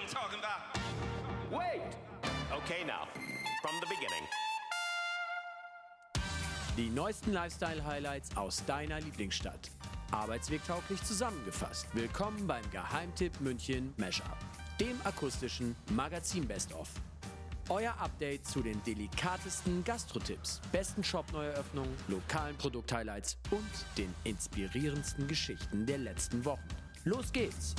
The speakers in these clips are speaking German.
talking about. Wait! Okay, now, from the beginning. Die neuesten Lifestyle-Highlights aus deiner Lieblingsstadt. Arbeitswegtauglich zusammengefasst. Willkommen beim Geheimtipp München Mashup, dem akustischen Magazin Best-of. Euer Update zu den delikatesten Gastrotipps, besten Shop-Neueröffnungen, lokalen Produkt-Highlights und den inspirierendsten Geschichten der letzten Wochen. Los geht's!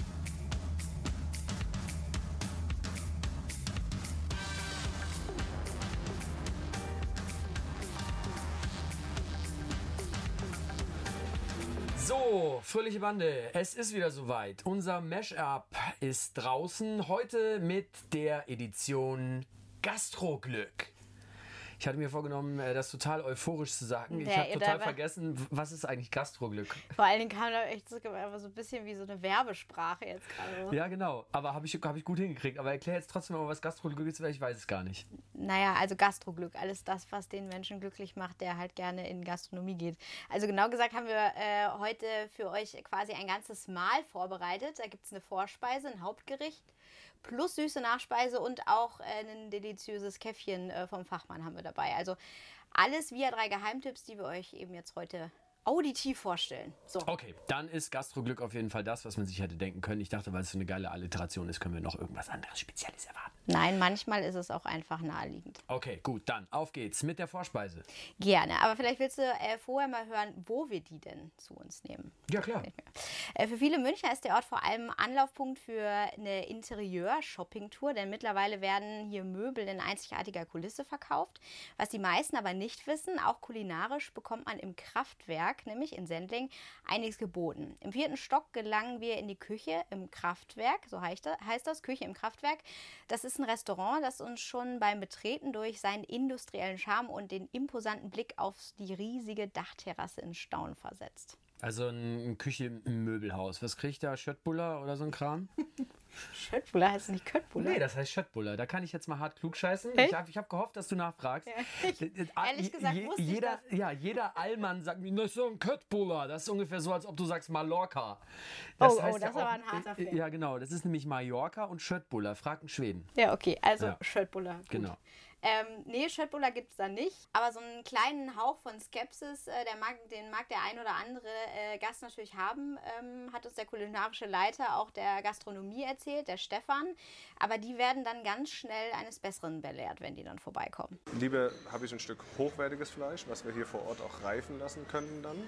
So, fröhliche Bande, es ist wieder soweit. Unser Mashup ist draußen, heute mit der Edition Gastroglück. Ich hatte mir vorgenommen, das total euphorisch zu sagen. Ich habe total vergessen, was ist eigentlich Gastroglück? Vor allen Dingen kam da echt so ein bisschen wie so eine Werbesprache jetzt gerade. Ja, genau. Aber habe ich gut hingekriegt. Aber erklär jetzt trotzdem mal, was Gastroglück ist, weil ich weiß es gar nicht. Naja, also Gastroglück. Alles das, was den Menschen glücklich macht, der halt gerne in Gastronomie geht. Also genau gesagt haben wir heute für euch quasi ein ganzes Mahl vorbereitet. Da gibt es eine Vorspeise, ein Hauptgericht plus süße Nachspeise und auch ein deliziöses Käffchen vom Fachmann haben wir dabei. Also alles via 3 Geheimtipps, die wir euch eben jetzt heute auditiv vorstellen. So. Okay, dann ist Gastroglück auf jeden Fall das, was man sich hätte denken können. Ich dachte, weil es so eine geile Alliteration ist, können wir noch irgendwas anderes Spezielles erwarten. Nein, manchmal ist es auch einfach naheliegend. Okay, gut, dann auf geht's mit der Vorspeise. Gerne, aber vielleicht willst du vorher mal hören, wo wir die denn zu uns nehmen. Ja, klar. Für viele Münchner ist der Ort vor allem Anlaufpunkt für eine Interieur-Shopping-Tour, denn mittlerweile werden hier Möbel in einzigartiger Kulisse verkauft. Was die meisten aber nicht wissen, auch kulinarisch bekommt man im Kraftwerk, nämlich in Sendling, einiges geboten. Im 4. Stock gelangen wir in die Küche im Kraftwerk, so heißt das, Küche im Kraftwerk. Das ist ein Restaurant, das uns schon beim Betreten durch seinen industriellen Charme und den imposanten Blick auf die riesige Dachterrasse in Staunen versetzt. Also eine Küche im Möbelhaus. Was kriege ich da? Schöttbuller oder so ein Kram? Schöttbuller heißt nicht Köttbuller? Nee, das heißt Schöttbuller. Da kann ich jetzt mal hart klug scheißen. Ich hab gehofft, dass du nachfragst. Ja, ehrlich gesagt wusste ich das. Ja, jeder Allmann sagt mir, das ist so ein Köttbuller. Das ist ungefähr so, als ob du sagst Mallorca. Das ist aber ein harter Fleck. Ja, genau. Das ist nämlich Mallorca und Schöttbuller. Frag einen Schweden. Ja, okay. Also Ja. Schöttbuller. Gut. Genau. Nee, Schöttbuller gibt es da nicht. Aber so einen kleinen Hauch von Skepsis, den mag der ein oder andere Gast natürlich haben, hat uns der kulinarische Leiter auch der Gastronomie erzählt, der Stefan. Aber die werden dann ganz schnell eines Besseren belehrt, wenn die dann vorbeikommen. Lieber habe ich ein Stück hochwertiges Fleisch, was wir hier vor Ort auch reifen lassen können dann.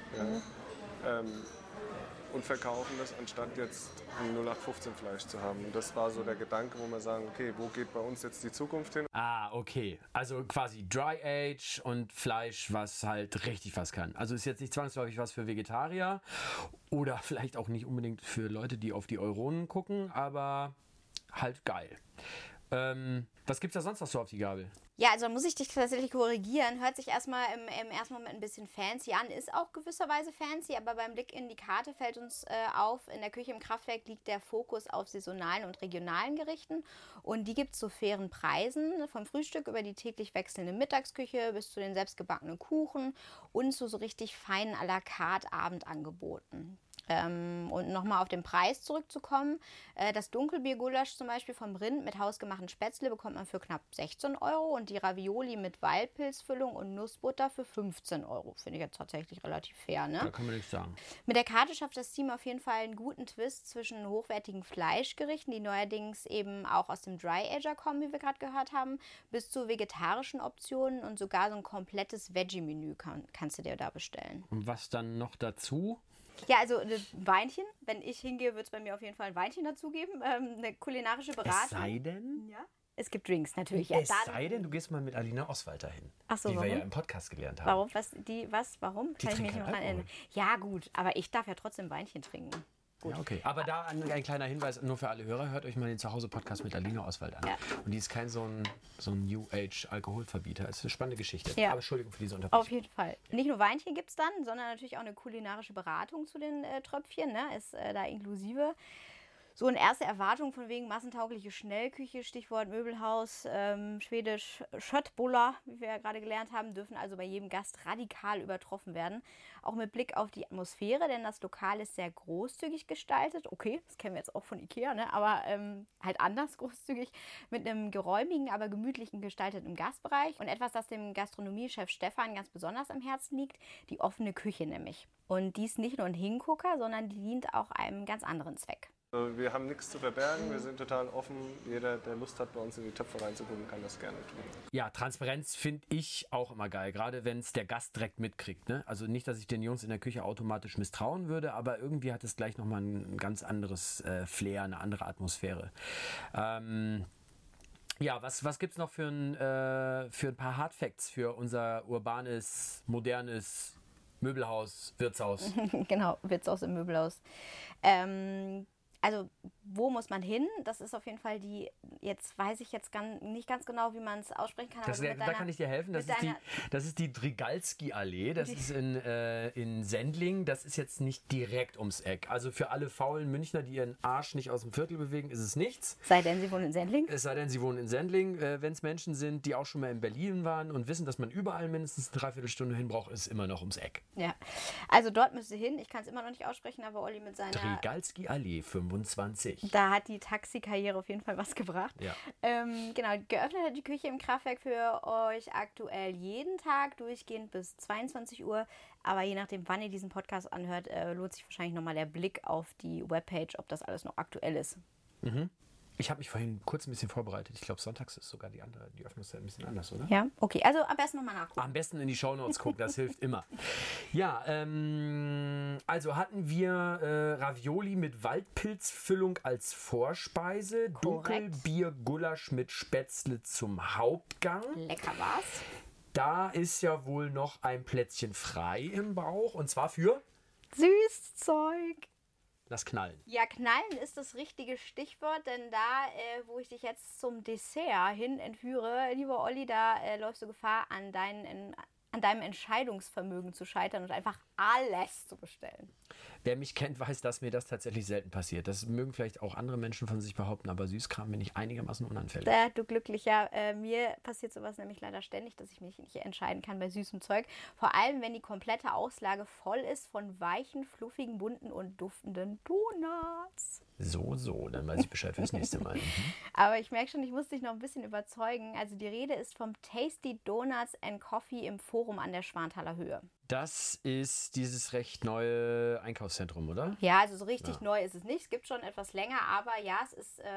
Ja. Und verkaufen das, anstatt jetzt ein 0815-Fleisch zu haben. Und das war so der Gedanke, wo wir sagen, okay, wo geht bei uns jetzt die Zukunft hin? Ah, okay. Also quasi Dry Age und Fleisch, was halt richtig was kann. Also ist jetzt nicht zwangsläufig was für Vegetarier oder vielleicht auch nicht unbedingt für Leute, die auf die Euronen gucken, aber halt geil. Was gibt's da sonst noch so auf die Gabel? Ja, also muss ich dich tatsächlich korrigieren. Hört sich erstmal im ersten Moment ein bisschen fancy an, ist auch gewisserweise fancy, aber beim Blick in die Karte fällt uns auf, in der Küche im Kraftwerk liegt der Fokus auf saisonalen und regionalen Gerichten und die gibt es zu fairen Preisen, vom Frühstück über die täglich wechselnde Mittagsküche bis zu den selbstgebackenen Kuchen und zu so richtig feinen à la carte Abendangeboten. Und nochmal auf den Preis zurückzukommen, das Dunkelbiergulasch zum Beispiel vom Rind mit hausgemachten Spätzle bekommt man für knapp 16 Euro und die Ravioli mit Waldpilzfüllung und Nussbutter für 15 Euro. Finde ich jetzt tatsächlich relativ fair, ne? Da kann man nichts sagen. Mit der Karte schafft das Team auf jeden Fall einen guten Twist zwischen hochwertigen Fleischgerichten, die neuerdings eben auch aus dem Dry-Ager kommen, wie wir gerade gehört haben, bis zu vegetarischen Optionen und sogar so ein komplettes Veggie-Menü kannst du dir da bestellen. Und was dann noch dazu? Ja, also ein Weinchen. Wenn ich hingehe, wird es bei mir auf jeden Fall ein Weinchen dazugeben. Eine kulinarische Beratung. Es sei denn? Ja. Es gibt Drinks natürlich. Es sei denn, du gehst mal mit Alina Oswald dahin. Ach so, die warum? wir ja im Podcast gelernt haben. Warum? Warum? Die Kann ich mich trinkt noch keinen dran erinnern. Ja, gut. Aber ich darf ja trotzdem Weinchen trinken. Gut. Ja, okay. Aber da ein kleiner Hinweis nur für alle Hörer. Hört euch mal den Zuhause-Podcast mit Alina Oswald an. Ja. Und die ist kein so ein New-Age-Alkoholverbieter. Es ist eine spannende Geschichte. Ja. Aber Entschuldigung für diese Unterbrechung. Auf jeden Fall. Nicht nur Weinchen gibt es dann, sondern natürlich auch eine kulinarische Beratung zu den Tröpfchen. Ne? Ist da inklusive. So eine erste Erwartung von wegen massentaugliche Schnellküche, Stichwort Möbelhaus, schwedisch Köttbullar, wie wir ja gerade gelernt haben, dürfen also bei jedem Gast radikal übertroffen werden. Auch mit Blick auf die Atmosphäre, denn das Lokal ist sehr großzügig gestaltet. Okay, das kennen wir jetzt auch von Ikea, ne? Aber halt anders großzügig, mit einem geräumigen, aber gemütlichen gestalteten Gastbereich. Und etwas, das dem Gastronomiechef Stefan ganz besonders am Herzen liegt, die offene Küche nämlich. Und die ist nicht nur ein Hingucker, sondern die dient auch einem ganz anderen Zweck. Wir haben nichts zu verbergen, wir sind total offen. Jeder, der Lust hat, bei uns in die Töpfe reinzugucken, kann das gerne tun. Ja, Transparenz finde ich auch immer geil, gerade wenn es der Gast direkt mitkriegt. Ne? Also nicht, dass ich den Jungs in der Küche automatisch misstrauen würde, aber irgendwie hat es gleich nochmal ein ganz anderes Flair, eine andere Atmosphäre. Ja, was gibt es noch für ein paar Hardfacts für unser urbanes, modernes Möbelhaus, Wirtshaus? Genau, Wirtshaus im Möbelhaus. Also, wo muss man hin? Das ist auf jeden Fall jetzt weiß ich jetzt nicht ganz genau, wie man es aussprechen kann. Da kann ich dir helfen. Das ist die Drigalski-Allee. Das ist in Sendling. Das ist jetzt nicht direkt ums Eck. Also für alle faulen Münchner, die ihren Arsch nicht aus dem Viertel bewegen, ist es nichts. Sei denn, sie wohnen in Sendling. Es sei denn, sie wohnen in Sendling. Wenn es Menschen sind, die auch schon mal in Berlin waren und wissen, dass man überall mindestens eine Dreiviertelstunde hin braucht, ist es immer noch ums Eck. Ja, also dort müsst ihr hin. Ich kann es immer noch nicht aussprechen, aber Olli mit seiner... Drigalski-Allee 25. Da hat die Taxikarriere auf jeden Fall was gebracht. Ja. Genau, geöffnet hat die Küche im Kraftwerk für euch aktuell jeden Tag, durchgehend bis 22 Uhr. Aber je nachdem, wann ihr diesen Podcast anhört, lohnt sich wahrscheinlich nochmal der Blick auf die Webpage, ob das alles noch aktuell ist. Mhm. Ich habe mich vorhin kurz ein bisschen vorbereitet. Ich glaube, sonntags ist sogar die Öffnungszeit ein bisschen anders, oder? Ja, okay. Also am besten nochmal nachgucken. Am besten in die Shownotes gucken, das hilft immer. Ja, also hatten wir Ravioli mit Waldpilzfüllung als Vorspeise, Dunkelbier-Gulasch mit Spätzle zum Hauptgang. Lecker war's. Da ist ja wohl noch ein Plätzchen frei im Bauch und zwar für Süßzeug. das Knallen. Ja, knallen ist das richtige Stichwort, denn da, wo ich dich jetzt zum Dessert hin entführe, lieber Olli, da läufst du Gefahr, an deinem Entscheidungsvermögen zu scheitern und einfach alles zu bestellen. Wer mich kennt, weiß, dass mir das tatsächlich selten passiert. Das mögen vielleicht auch andere Menschen von sich behaupten, aber Süßkram bin ich einigermaßen unanfällig. Du Glücklicher. Mir passiert sowas nämlich leider ständig, dass ich mich nicht entscheiden kann bei süßem Zeug. Vor allem, wenn die komplette Auslage voll ist von weichen, fluffigen, bunten und duftenden Donuts. So, dann weiß ich Bescheid fürs nächste Mal. Aber ich merke schon, ich muss dich noch ein bisschen überzeugen. Also die Rede ist vom Tasty Donuts and Coffee im Forum an der Schwanthaler Höhe. Das ist dieses recht neue Einkaufszentrum, oder? Ja, also so richtig neu ist es nicht. Es gibt schon etwas länger, aber ja, es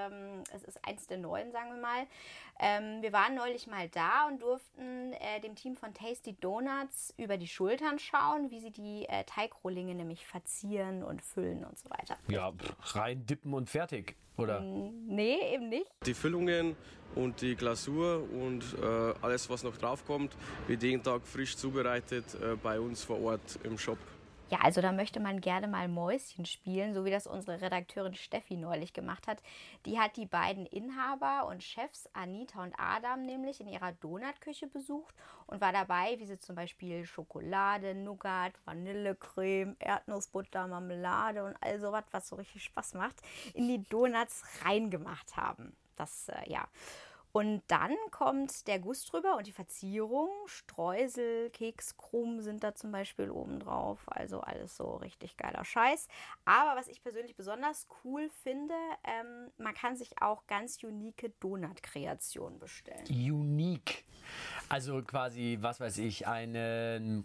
ist eins der neuen, sagen wir mal. Wir waren neulich mal da und durften dem Team von Tasty Donuts über die Schultern schauen, wie sie die Teigrohlinge nämlich verzieren und füllen und so weiter. Ja, rein dippen und fertig, oder? Nee, eben nicht. Die Füllungen und die Glasur und alles, was noch draufkommt, wird jeden Tag frisch zubereitet bei uns vor Ort im Shop. Ja, also da möchte man gerne mal Mäuschen spielen, so wie das unsere Redakteurin Steffi neulich gemacht hat. Die hat die beiden Inhaber und Chefs Anita und Adam nämlich in ihrer Donutküche besucht und war dabei, wie sie zum Beispiel Schokolade, Nougat, Vanillecreme, Erdnussbutter, Marmelade und all sowas, was so richtig Spaß macht, in die Donuts reingemacht haben. Das, ja. Und dann kommt der Guss drüber und die Verzierung. Streusel, Kekskrumen sind da zum Beispiel oben drauf. Also alles so richtig geiler Scheiß. Aber was ich persönlich besonders cool finde, man kann sich auch ganz unique Donut-Kreationen bestellen. Unique. Also quasi, was weiß ich, einen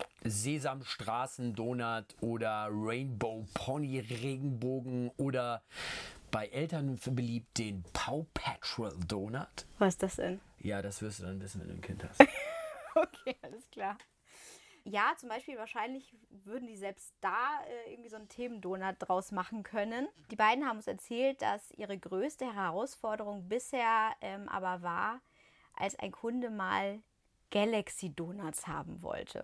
Sesamstraßen-Donut oder Rainbow Pony Regenbogen oder bei Eltern beliebt den Paw Patrol Donut. Was ist das denn? Ja, das wirst du dann wissen, wenn du ein Kind hast. Okay, alles klar. Ja, zum Beispiel wahrscheinlich würden die selbst da irgendwie so einen Themendonut draus machen können. Die beiden haben uns erzählt, dass ihre größte Herausforderung bisher aber war, als ein Kunde mal Galaxy Donuts haben wollte.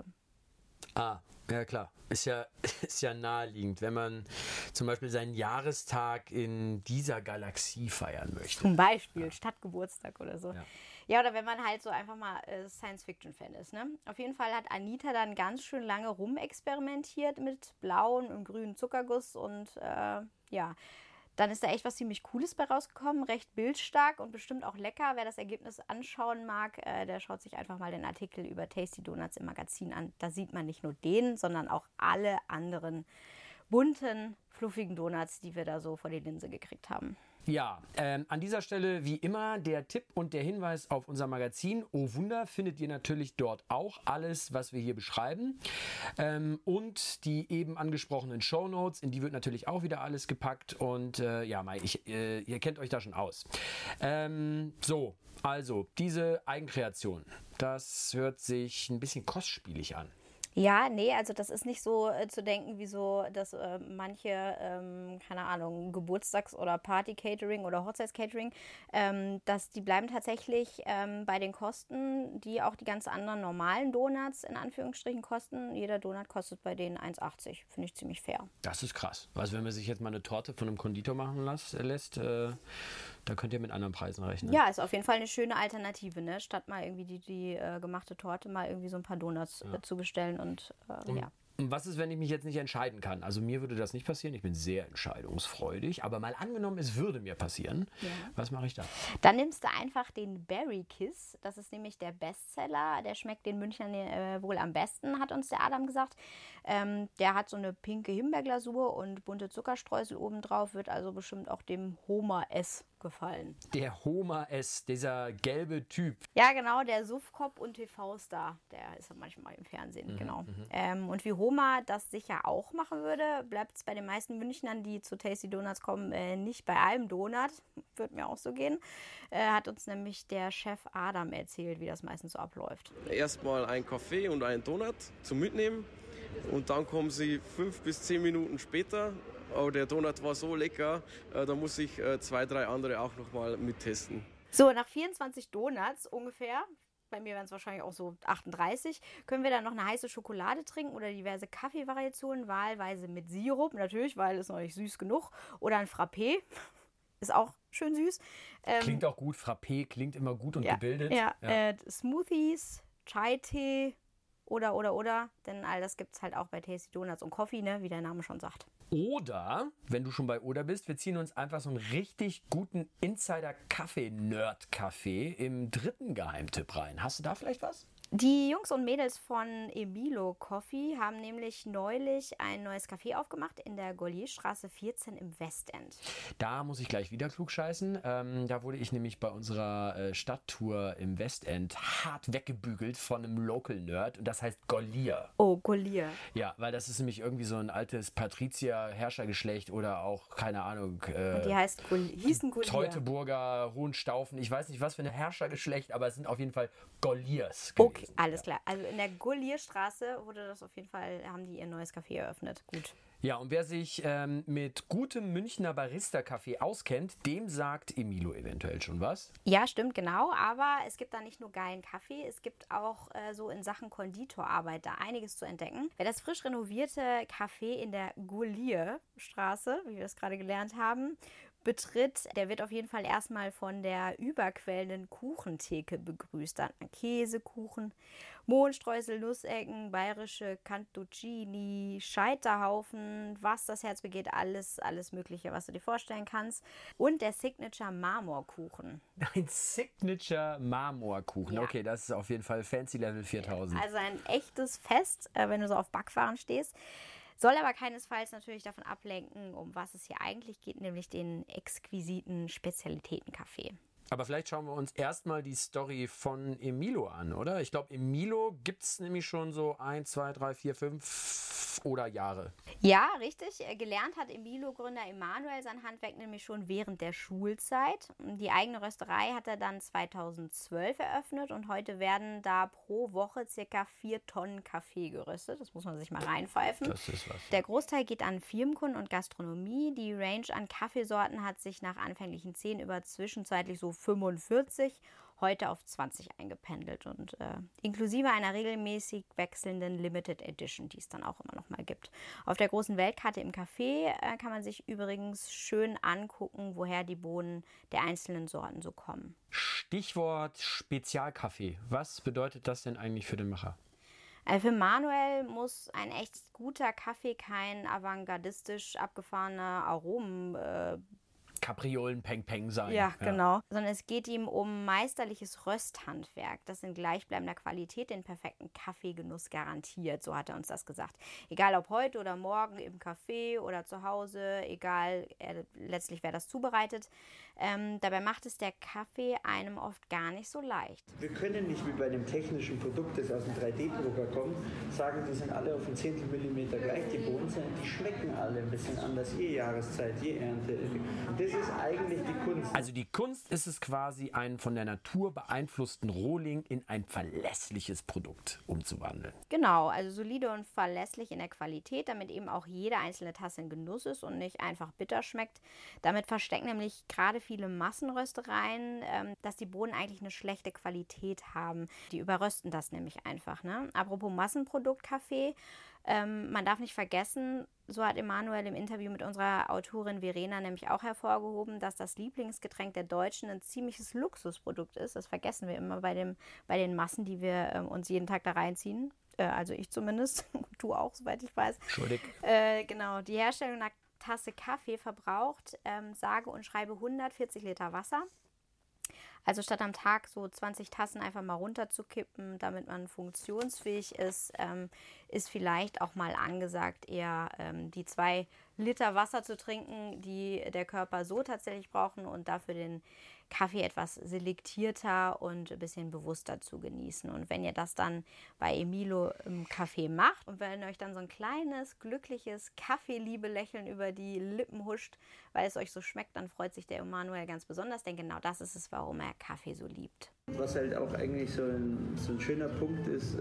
Ah, ja klar. Ist ja naheliegend, wenn man zum Beispiel seinen Jahrestag in dieser Galaxie feiern möchte. Zum Beispiel statt Geburtstag oder so. Ja. Ja, oder wenn man halt so einfach mal Science-Fiction-Fan ist. Ne? Auf jeden Fall hat Anita dann ganz schön lange rumexperimentiert mit blauem und grünen Zuckerguss und ja, dann ist da echt was ziemlich Cooles bei rausgekommen, recht bildstark und bestimmt auch lecker. Wer das Ergebnis anschauen mag, der schaut sich einfach mal den Artikel über Tasty Donuts im Magazin an. Da sieht man nicht nur den, sondern auch alle anderen bunten, fluffigen Donuts, die wir da so vor die Linse gekriegt haben. Ja, an dieser Stelle wie immer der Tipp und der Hinweis auf unser Magazin. Oh Wunder, findet ihr natürlich dort auch alles, was wir hier beschreiben. Und die eben angesprochenen Shownotes, in die wird natürlich auch wieder alles gepackt. Und ja, Mai, ihr kennt euch da schon aus. So, also diese Eigenkreation, das hört sich ein bisschen kostspielig an. Ja, nee, also das ist nicht so zu denken, wie so, dass manche, keine Ahnung, Geburtstags- oder Party-Catering oder Hochzeits-Catering, die bleiben tatsächlich bei den Kosten, die auch die ganz anderen normalen Donuts in Anführungsstrichen kosten. Jeder Donut kostet bei denen 1,80. Finde ich ziemlich fair. Das ist krass. Also wenn man sich jetzt mal eine Torte von einem Konditor machen lässt, da könnt ihr mit anderen Preisen rechnen. Ja, ist auf jeden Fall eine schöne Alternative, ne? Statt mal irgendwie die gemachte Torte mal irgendwie so ein paar Donuts zu bestellen und ja. Und was ist, wenn ich mich jetzt nicht entscheiden kann? Also mir würde das nicht passieren. Ich bin sehr entscheidungsfreudig. Aber mal angenommen, es würde mir passieren. Ja. Was mache ich da? Dann nimmst du einfach den Berry Kiss. Das ist nämlich der Bestseller. Der schmeckt den Münchnern wohl am besten, hat uns der Adam gesagt. Der hat so eine pinke Himbeerglasur und bunte Zuckerstreusel obendrauf. Wird also bestimmt auch dem Homer S gefallen. Der Homer S, dieser gelbe Typ. Ja, genau, der Suffkopf und TV-Star. Der ist ja manchmal im Fernsehen, genau. Und wie Homer das sicher auch machen würde, bleibt es bei den meisten Münchnern, die zu Tasty Donuts kommen, nicht bei einem Donut. Wird mir auch so gehen. Hat uns nämlich der Chef Adam erzählt, wie das meistens so abläuft. Erstmal ein Kaffee und einen Donut zum Mitnehmen und dann kommen sie 5 bis 10 Minuten später. Aber der Donut war so lecker, da muss ich 2, 3 andere auch nochmal mittesten. So, nach 24 Donuts ungefähr, bei mir wären es wahrscheinlich auch so 38, können wir dann noch eine heiße Schokolade trinken oder diverse Kaffeevariationen, wahlweise mit Sirup, natürlich, weil es noch nicht süß genug, oder ein Frappé, ist auch schön süß. Klingt auch gut, Frappé klingt immer gut und gebildet. Ja. Smoothies, Chai-Tee oder, denn all das gibt es halt auch bei Tasty Donuts und Coffee, ne, wie der Name schon sagt. Oder, wenn du schon bei Oder bist, wir ziehen uns einfach so einen richtig guten Insider-Kaffee-Nerd-Kaffee im 3. Geheimtipp rein. Hast du da vielleicht was? Die Jungs und Mädels von Emilo Coffee haben nämlich neulich ein neues Café aufgemacht in der Gollierstraße 14 im Westend. Da muss ich gleich wieder klugscheißen. Da wurde ich nämlich bei unserer Stadttour im Westend hart weggebügelt von einem Local-Nerd und das heißt Gollier. Oh, Gollier. Ja, weil das ist nämlich irgendwie so ein altes Patrizier-Herrschergeschlecht oder auch, keine Ahnung. Und die hießen Gollier. Teutoburger, Hohenstaufen, ich weiß nicht was für ein Herrschergeschlecht, aber es sind auf jeden Fall Golliers. Okay, alles klar. Also in der Gollierstraße haben die ihr neues Café eröffnet. Gut. Ja, und wer sich mit gutem Münchner Barista-Kaffee auskennt, dem sagt Emilo eventuell schon was. Ja, stimmt, genau. Aber es gibt da nicht nur geilen Kaffee, es gibt auch so in Sachen Konditorarbeit da einiges zu entdecken. Wer das frisch renovierte Café in der Gollierstraße, wie wir es gerade gelernt haben, betritt, der wird auf jeden Fall erstmal von der überquellenden Kuchentheke begrüßt. Dann Käsekuchen, Mohnstreusel, Nussecken, bayerische Cantuccini, Scheiterhaufen, was das Herz begeht, alles Mögliche, was du dir vorstellen kannst. Und der Signature Marmorkuchen. Ein Signature Marmorkuchen. Ja. Okay, das ist auf jeden Fall Fancy Level 4000. Also ein echtes Fest, wenn du so auf Backwaren stehst. Soll aber keinesfalls natürlich davon ablenken, um was es hier eigentlich geht, nämlich den exquisiten Spezialitätenkaffee. Aber vielleicht schauen wir uns erstmal die Story von Emilo an, oder? Ich glaube, Emilo gibt es nämlich schon so 1, 2, 3, 4, 5 oder Jahre. Ja, richtig. Gelernt hat Emilo-Gründer Emanuel sein Handwerk nämlich schon während der Schulzeit. Die eigene Rösterei hat er dann 2012 eröffnet und heute werden da pro Woche ca. 4 Tonnen Kaffee geröstet. Das muss man sich mal reinpfeifen. Das ist was. Der Großteil geht an Firmenkunden und Gastronomie. Die Range an Kaffeesorten hat sich nach anfänglichen 10 über zwischenzeitlich so 45 heute auf 20 eingependelt und inklusive einer regelmäßig wechselnden Limited Edition, die es dann auch immer noch mal gibt. Auf der großen Weltkarte im Café kann man sich übrigens schön angucken, woher die Bohnen der einzelnen Sorten so kommen. Stichwort Spezialkaffee. Was bedeutet das denn eigentlich für den Macher? Für Manuel muss ein echt guter Kaffee kein avantgardistisch abgefahrener Aromen Kapriolen Peng Peng sein. Ja, genau. Sondern es geht ihm um meisterliches Rösthandwerk, das in gleichbleibender Qualität den perfekten Kaffeegenuss garantiert. So hat er uns das gesagt. Egal ob heute oder morgen im Café oder zu Hause, egal letztlich wer das zubereitet. Dabei macht es der Kaffee einem oft gar nicht so leicht. Wir können nicht wie bei einem technischen Produkt, das aus dem 3D-Drucker kommt, sagen, die sind alle auf ein Zehntel Millimeter gleich, die Bohnen sind, die schmecken alle ein bisschen anders, je Jahreszeit, je Ernte. Und das ist eigentlich die Kunst. Also die Kunst ist es quasi, einen von der Natur beeinflussten Rohling in ein verlässliches Produkt umzuwandeln. Genau, also solide und verlässlich in der Qualität, damit eben auch jede einzelne Tasse ein Genuss ist und nicht einfach bitter schmeckt. Damit verstecken nämlich gerade viele Massenröstereien, dass die Bohnen eigentlich eine schlechte Qualität haben. Die überrösten das nämlich einfach. Ne? Apropos Massenprodukt Kaffee, man darf nicht vergessen, so hat Emanuel im Interview mit unserer Autorin Verena nämlich auch hervorgehoben, dass das Lieblingsgetränk der Deutschen ein ziemliches Luxusprodukt ist. Das vergessen wir immer bei den Massen, die wir uns jeden Tag da reinziehen. Also ich zumindest, du auch, soweit ich weiß. Entschuldig. Genau, die Herstellung einer Tasse Kaffee verbraucht sage und schreibe 140 Liter Wasser. Also statt am Tag so 20 Tassen einfach mal runterzukippen, damit man funktionsfähig ist, ist vielleicht auch mal angesagt, eher die 2 Liter Wasser zu trinken, die der Körper so tatsächlich brauchen und dafür den Kaffee etwas selektierter und ein bisschen bewusster zu genießen. Und wenn ihr das dann bei Emilo im Café macht und wenn euch dann so ein kleines, glückliches Kaffeeliebe-Lächeln über die Lippen huscht, weil es euch so schmeckt, dann freut sich der Emanuel ganz besonders, denn genau das ist es, warum er Kaffee so liebt. Was halt auch eigentlich so ein schöner Punkt ist,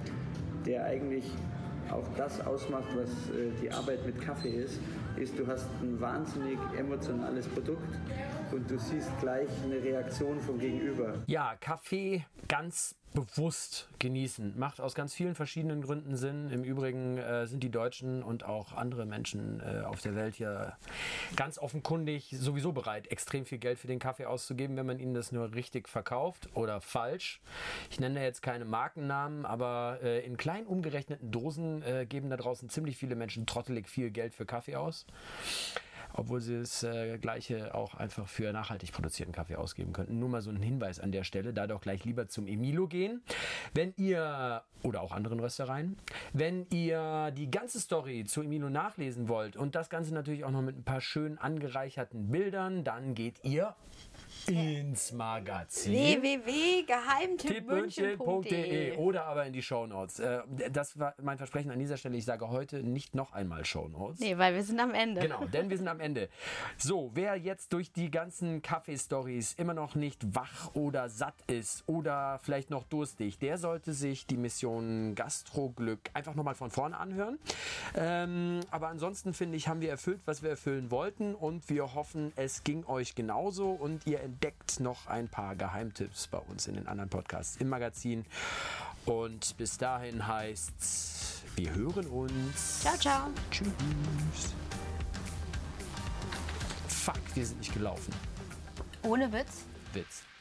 der eigentlich auch das ausmacht, was die Arbeit mit Kaffee ist, du hast ein wahnsinnig emotionales Produkt und du siehst gleich eine Reaktion vom Gegenüber. Ja, Kaffee ganz bewusst genießen. Macht aus ganz vielen verschiedenen Gründen Sinn. Im Übrigen sind die Deutschen und auch andere Menschen auf der Welt hier ganz offenkundig sowieso bereit, extrem viel Geld für den Kaffee auszugeben, wenn man ihnen das nur richtig verkauft oder falsch. Ich nenne jetzt keine Markennamen, aber in klein umgerechneten Dosen geben da draußen ziemlich viele Menschen trottelig viel Geld für Kaffee aus. Obwohl sie das Gleiche auch einfach für nachhaltig produzierten Kaffee ausgeben könnten. Nur mal so ein Hinweis an der Stelle, da doch gleich lieber zum Emilo gehen. Wenn ihr, oder auch anderen Röstereien, wenn ihr die ganze Story zu Emilo nachlesen wollt und das Ganze natürlich auch noch mit ein paar schön angereicherten Bildern, dann geht ihr ins Magazin www.geheimtippmünchen.de oder aber in die Shownotes. Das war mein Versprechen an dieser Stelle. Ich sage heute nicht noch einmal Shownotes. Nee, weil wir sind am Ende. Genau, denn wir sind am Ende. So, wer jetzt durch die ganzen Kaffee-Stories immer noch nicht wach oder satt ist oder vielleicht noch durstig, der sollte sich die Mission Gastroglück einfach nochmal von vorne anhören. Aber ansonsten finde ich, haben wir erfüllt, was wir erfüllen wollten und wir hoffen, es ging euch genauso und ihr entdeckt noch ein paar Geheimtipps bei uns in den anderen Podcasts im Magazin. Und bis dahin heißt's, wir hören uns. Ciao, ciao. Tschüss. Fuck, wir sind nicht gelaufen. Ohne Witz? Witz.